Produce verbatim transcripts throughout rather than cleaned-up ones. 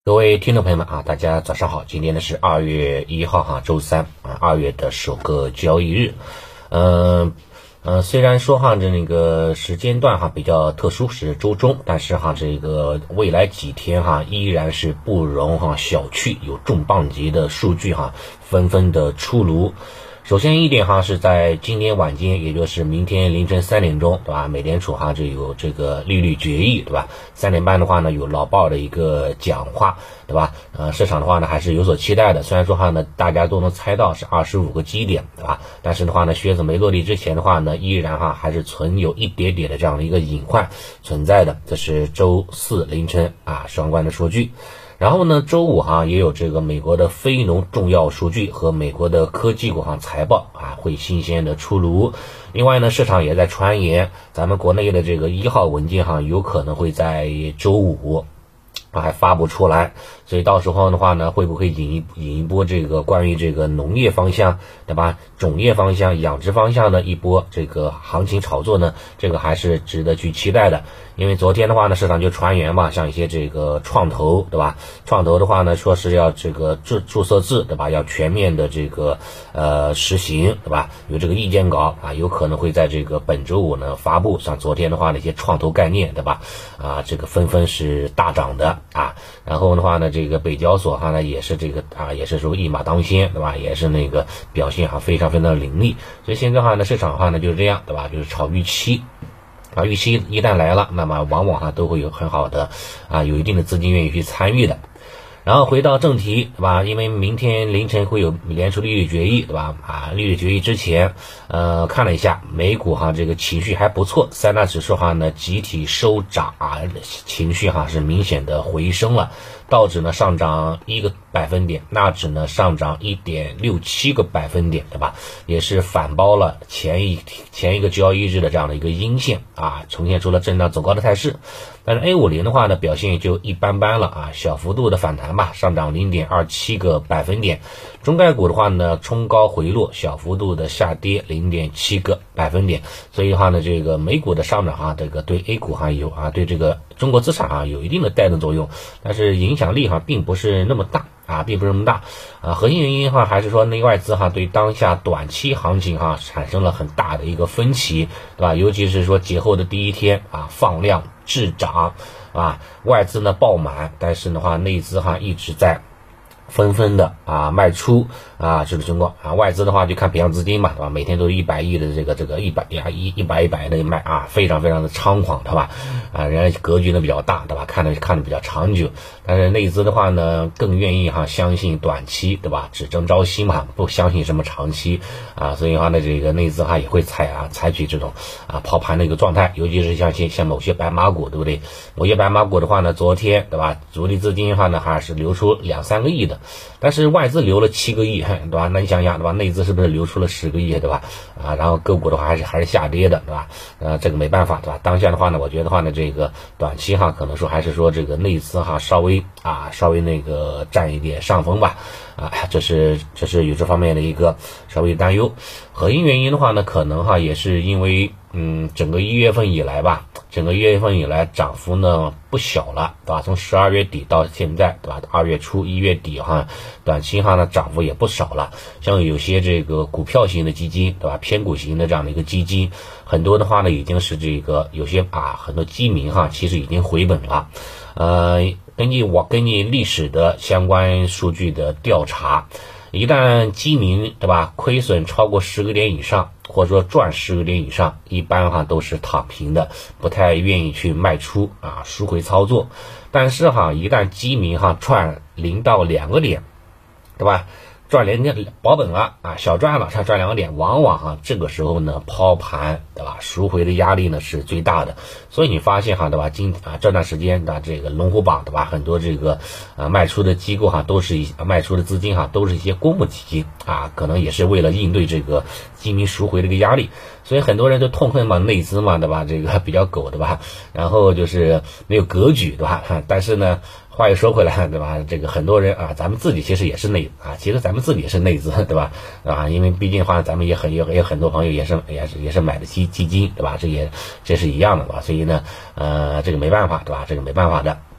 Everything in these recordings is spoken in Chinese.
各位听众朋友们啊，大家早上好，今天呢是二月一号哈，周三啊，二月的首个交易日。嗯呃，虽然说哈这那个时间段哈比较特殊是周中，但是哈这个未来几天哈依然是不容哈小觑，有重磅级的数据哈纷纷的出炉。首先一点哈是在今天晚间，也就是明天凌晨三点钟，对吧？美联储哈就有这个利率决议，对吧？三点半的话呢有劳鲍的一个讲话，对吧？呃，市场的话呢还是有所期待的。虽然说哈呢大家都能猜到是二十五个基点，对吧？但是的话呢靴子没落地之前的话呢，依然哈还是存有一点点的这样的一个隐患存在的。这是周四凌晨啊相关的数据。然后呢，周五哈也有这个美国的非农重要数据和美国的科技股哈财报啊会新鲜的出炉。另外呢，市场也在传言，咱们国内的这个一号文件哈有可能会在周五啊还发布出来，所以到时候的话呢，会不会引一引一波这个关于这个农业方向，对吧？种业方向、养殖方向的一波这个行情炒作呢？这个还是值得去期待的。因为昨天的话呢，市场就传言嘛，像一些这个创投，对吧？创投的话呢，说是要这个注注册制，对吧？要全面的这个呃实行，对吧？有这个意见稿啊，有可能会在这个本周五呢发布。像昨天的话，那些创投概念，对吧？啊，这个纷纷是大涨的啊。然后的话呢，这个北交所哈呢也是这个啊，也是说一马当先，对吧？也是那个表现哈非常非常的凌厉。所以现在的话呢，市场的话呢就是这样，对吧？就是炒预期。啊，预期一旦来了，那么往往哈都会有很好的啊，有一定的资金愿意去参与的。然后回到正题，对吧？因为明天凌晨会有美联储利率决议，对吧？啊，利率决议之前，呃，看了一下美股哈，这个情绪还不错，三大指数哈呢集体收涨啊，情绪哈是明显的回升了。道指呢上涨一个百分点，纳指呢上涨一点六七个百分点，对吧？也是反包了前一前一个交易日的这样的一个阴线啊，呈现出了震荡走高的态势。但是 A 五十 的话呢，表现就一般般了啊，小幅度的反弹吧，上涨 零点二七个百分点。中概股的话呢，冲高回落，小幅度的下跌 零点七个百分点。所以的话呢，这个美股的上涨哈，这个对 A 股哈有啊，对这个中国资产哈有一定的带动作用，但是影响力哈并不是那么大啊，并不是那么大啊。核心原因哈还是说内外资哈对当下短期行情哈产生了很大的一个分歧，对吧？尤其是说节后的第一天啊，放量滞涨啊，外资呢爆满，但是的话内资哈一直在纷纷的啊卖出啊这种情况啊，外资的话就看北向资金嘛，对吧？每天都是一百亿的这个这个一百呀一一百一百的卖啊，非常非常的猖狂，对吧？啊，人家格局呢比较大，对吧？看的看的比较长久，但是内资的话呢更愿意哈相信短期，对吧？只争朝夕嘛，不相信什么长期啊，所以的话呢这个内资哈也会采啊采取这种啊抛盘的一个状态，尤其是像像像某些白马股，对不对？某些白马股的话呢，昨天对吧？主力资金的话呢还是流出两三个亿的。但是外资流了七个亿，对吧？那你想想，对吧？内资是不是流出了十个亿，对吧？啊，然后个股的话还是还是下跌的，对吧？呃，这个没办法，对吧？当下的话呢，我觉得的话呢，这个短期哈，可能说还是说这个内资哈稍微啊稍微那个占一点上风吧，啊，这是这是有这方面的一个稍微担忧。核心原因的话呢，可能哈也是因为嗯整个一月份以来吧。整个一月份以来涨幅呢不小了，对吧？从十二月底到现在，对吧？二月初一月底哈，短期哈呢涨幅也不少了。像有些这个股票型的基金，对吧？偏股型的这样的一个基金，很多的话呢已经是这个有些啊很多基民哈其实已经回本了。呃，根据我根据历史的相关数据的调查，一旦基民对吧亏损超过十个点以上，或者说赚十个点以上，一般哈都是躺平的，不太愿意去卖出啊赎回操作。但是哈一旦基民哈赚零到两个点，对吧？赚两点保本了啊，小赚了，才赚两个点，往往哈这个时候呢抛盘，对吧？赎回的压力呢是最大的。所以你发现哈，对吧？今啊这段时间的这个龙虎榜，对吧？很多这个啊卖出的机构哈，都是一卖出的资金哈，都是一些公募基金啊，可能也是为了应对这个基民赎回的一个压力。所以很多人都痛恨嘛内资嘛，对吧？这个比较狗，对吧？然后就是没有格局，对吧？但是呢。话又说回来，对吧？这个很多人啊，咱们自己其实也是内啊，其实咱们自己也是内资，对吧？啊，因为毕竟的话，咱们也很有也有很多朋友也是也是也是买的基基金，对吧？这也这是一样的吧？所以呢，呃，这个没办法，对吧？这个没办法的。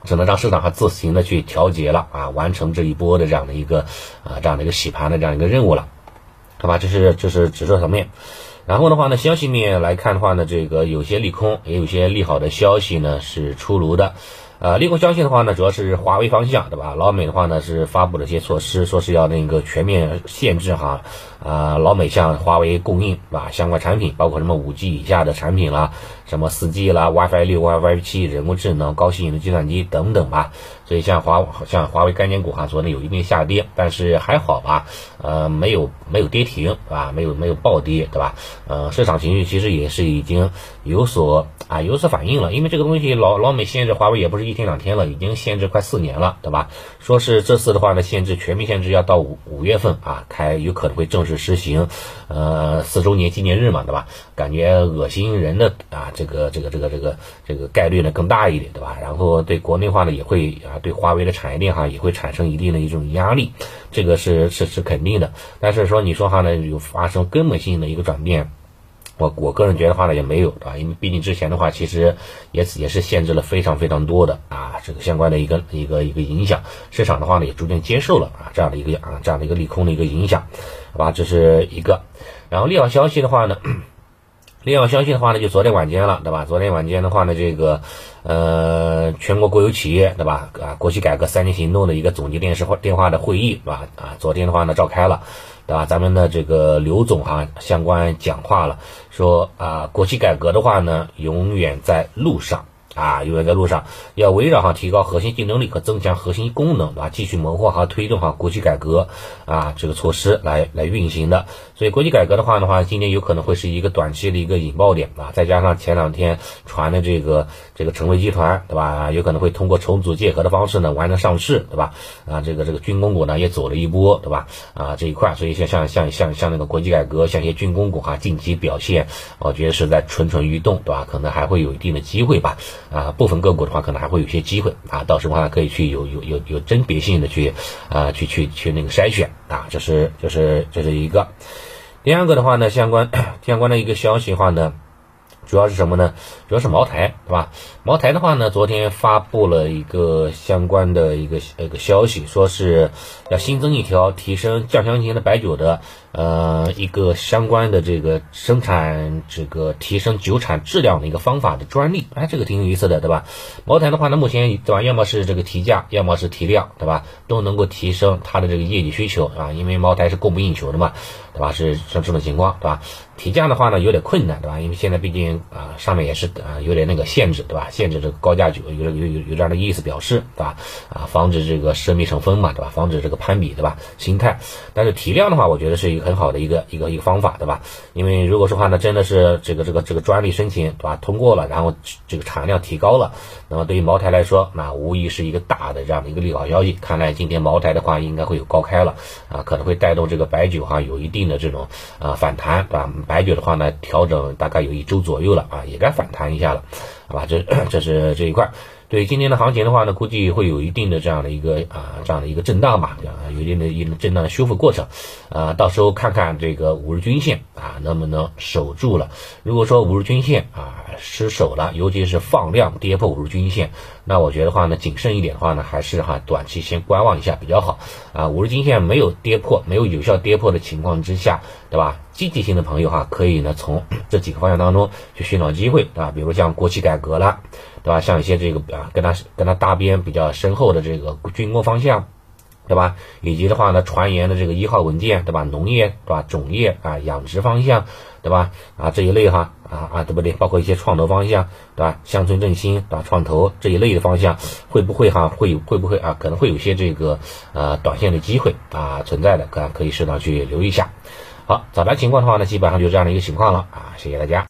只能让市场它自行的去调节了啊，完成这一波的这样的一个啊这样的一个洗盘的这样一个任务了，好吧？这是这是指数层面。然后的话呢，消息面来看的话呢，这个有些利空，也有些利好的消息呢是出炉的。呃，利空消息的话呢，主要是华为方向，对吧？老美的话呢是发布了一些措施，说是要那个全面限制哈，啊、呃，老美向华为供应吧相关产品，包括什么五 G 以下的产品啦，什么四 G 啦、WiFi 六、WiFi 七、人工智能、高性能计算机等等吧。所以像华像华为概念股哈，昨天有一定下跌，但是还好吧，呃，没有没有跌停啊，没有没有暴跌，对吧？呃，市场情绪其实也是已经有所啊有所反应了，因为这个东西老老美限制华为也不是一天两天了，已经限制快四年了，对吧？说是这次的话呢，限制全面限制要到五五月份啊，开有可能会正式实行，呃，四周年纪念日嘛，对吧？感觉恶心人的啊，这个这个这个这个这个概率呢更大一点，对吧？然后对国内化呢也会啊，对华为的产业链哈也会产生一定的一种压力，这个是是是肯定的。但是说你说哈呢有发生根本性的一个转变。我我个人觉得话呢也没有，对吧？因为毕竟之前的话其实也也是限制了非常非常多的啊这个相关的一个一个一个影响，市场的话呢也逐渐接受了啊这样的一个啊这样的一个利空的一个影响，好吧？这是一个。然后利好消息的话呢，利好消息的话呢就昨天晚间了，对吧？昨天晚间的话呢这个呃全国国有企业，对吧？啊国企改革三年行动的一个总结电视电话的会议，对吧？啊昨天的话呢召开了。对吧？咱们的这个刘总哈、啊、相关讲话了，说啊，国企改革的话呢，永远在路上啊，永远在路上，要围绕哈提高核心竞争力和增强核心功能，对吧？继续谋划和推动哈国企改革啊这个措施来来运行的。所以国企改革的话的话，今年有可能会是一个短期的一个引爆点啊，再加上前两天传的这个这个成为集团，对吧？有可能会通过重组结合的方式呢完成上市，对吧？啊，这个这个军工股呢也走了一波，对吧？啊这一块，所以像像像像像那个国企改革，像一些军工股哈，近期表现，我觉得是在蠢蠢欲动，对吧？可能还会有一定的机会吧。啊，部分个股的话可能还会有些机会啊，到时候的话可以去有有有有甄别性的去啊去去去那个筛选啊，这是这是这是一个。第二个的话呢，相关相关的一个消息的话呢，主要是什么呢？主要是茅台，对吧？茅台的话呢，昨天发布了一个相关的一个一个消息，说是要新增一条提升酱香型的白酒的呃一个相关的这个生产这个提升酒产质量的一个方法的专利，哎，这个挺有意思的，对吧？茅台的话呢，目前对吧，要么是这个提价，要么是提量，对吧？都能够提升它的这个业绩需求啊，因为茅台是供不应求的嘛，对吧？是像这种情况，对吧？提价的话呢有点困难，对吧？因为现在毕竟啊上面也是啊有点那个限制，对吧？限制这个高价酒有有有有这样的意思表示，对吧？啊，防止这个奢靡成风嘛，对吧？防止这个攀比，对吧？心态。但是提量的话，我觉得是一个很好的一个一个一个方法，对吧？因为如果说话呢，真的是这个这个这个专利申请，对吧？通过了，然后这个产量提高了，那么对于茅台来说，那无疑是一个大的这样的一个利好消息。看来今天茅台的话应该会有高开了啊，可能会带动这个白酒哈有一定的这种啊反弹，对吧？白酒的话呢，调整大概有一周左右了啊，也该反弹一下了，好吧？这这是这一块。对今天的行情的话呢，估计会有一定的这样的一个啊这样的一个震荡吧，啊，有一定的一定震荡的修复过程，啊，到时候看看这个五日均线啊能不能守住了。如果说五日均线啊失守了，尤其是放量跌破五日均线，那我觉得话呢，谨慎一点的话呢，还是哈短期先观望一下比较好啊。五日均线没有跌破，没有有效跌破的情况之下，对吧？积极性的朋友哈，可以呢从这几个方向当中去寻找机会，对吧？比如像国企改革啦，对吧？像一些这个啊跟它跟它搭边比较深厚的这个军工方向，对吧？以及的话呢，传言的这个一号文件，对吧？农业，对吧？种业啊，养殖方向，对吧？啊这一类哈啊啊对不对？包括一些创投方向，对吧？乡村振兴，对吧？创投这一类的方向，会不会哈会会不会啊？可能会有些这个呃短线的机会啊存在的，可可以适当去留意一下。好，早盘情况的话呢，基本上就这样的一个情况了啊，谢谢大家。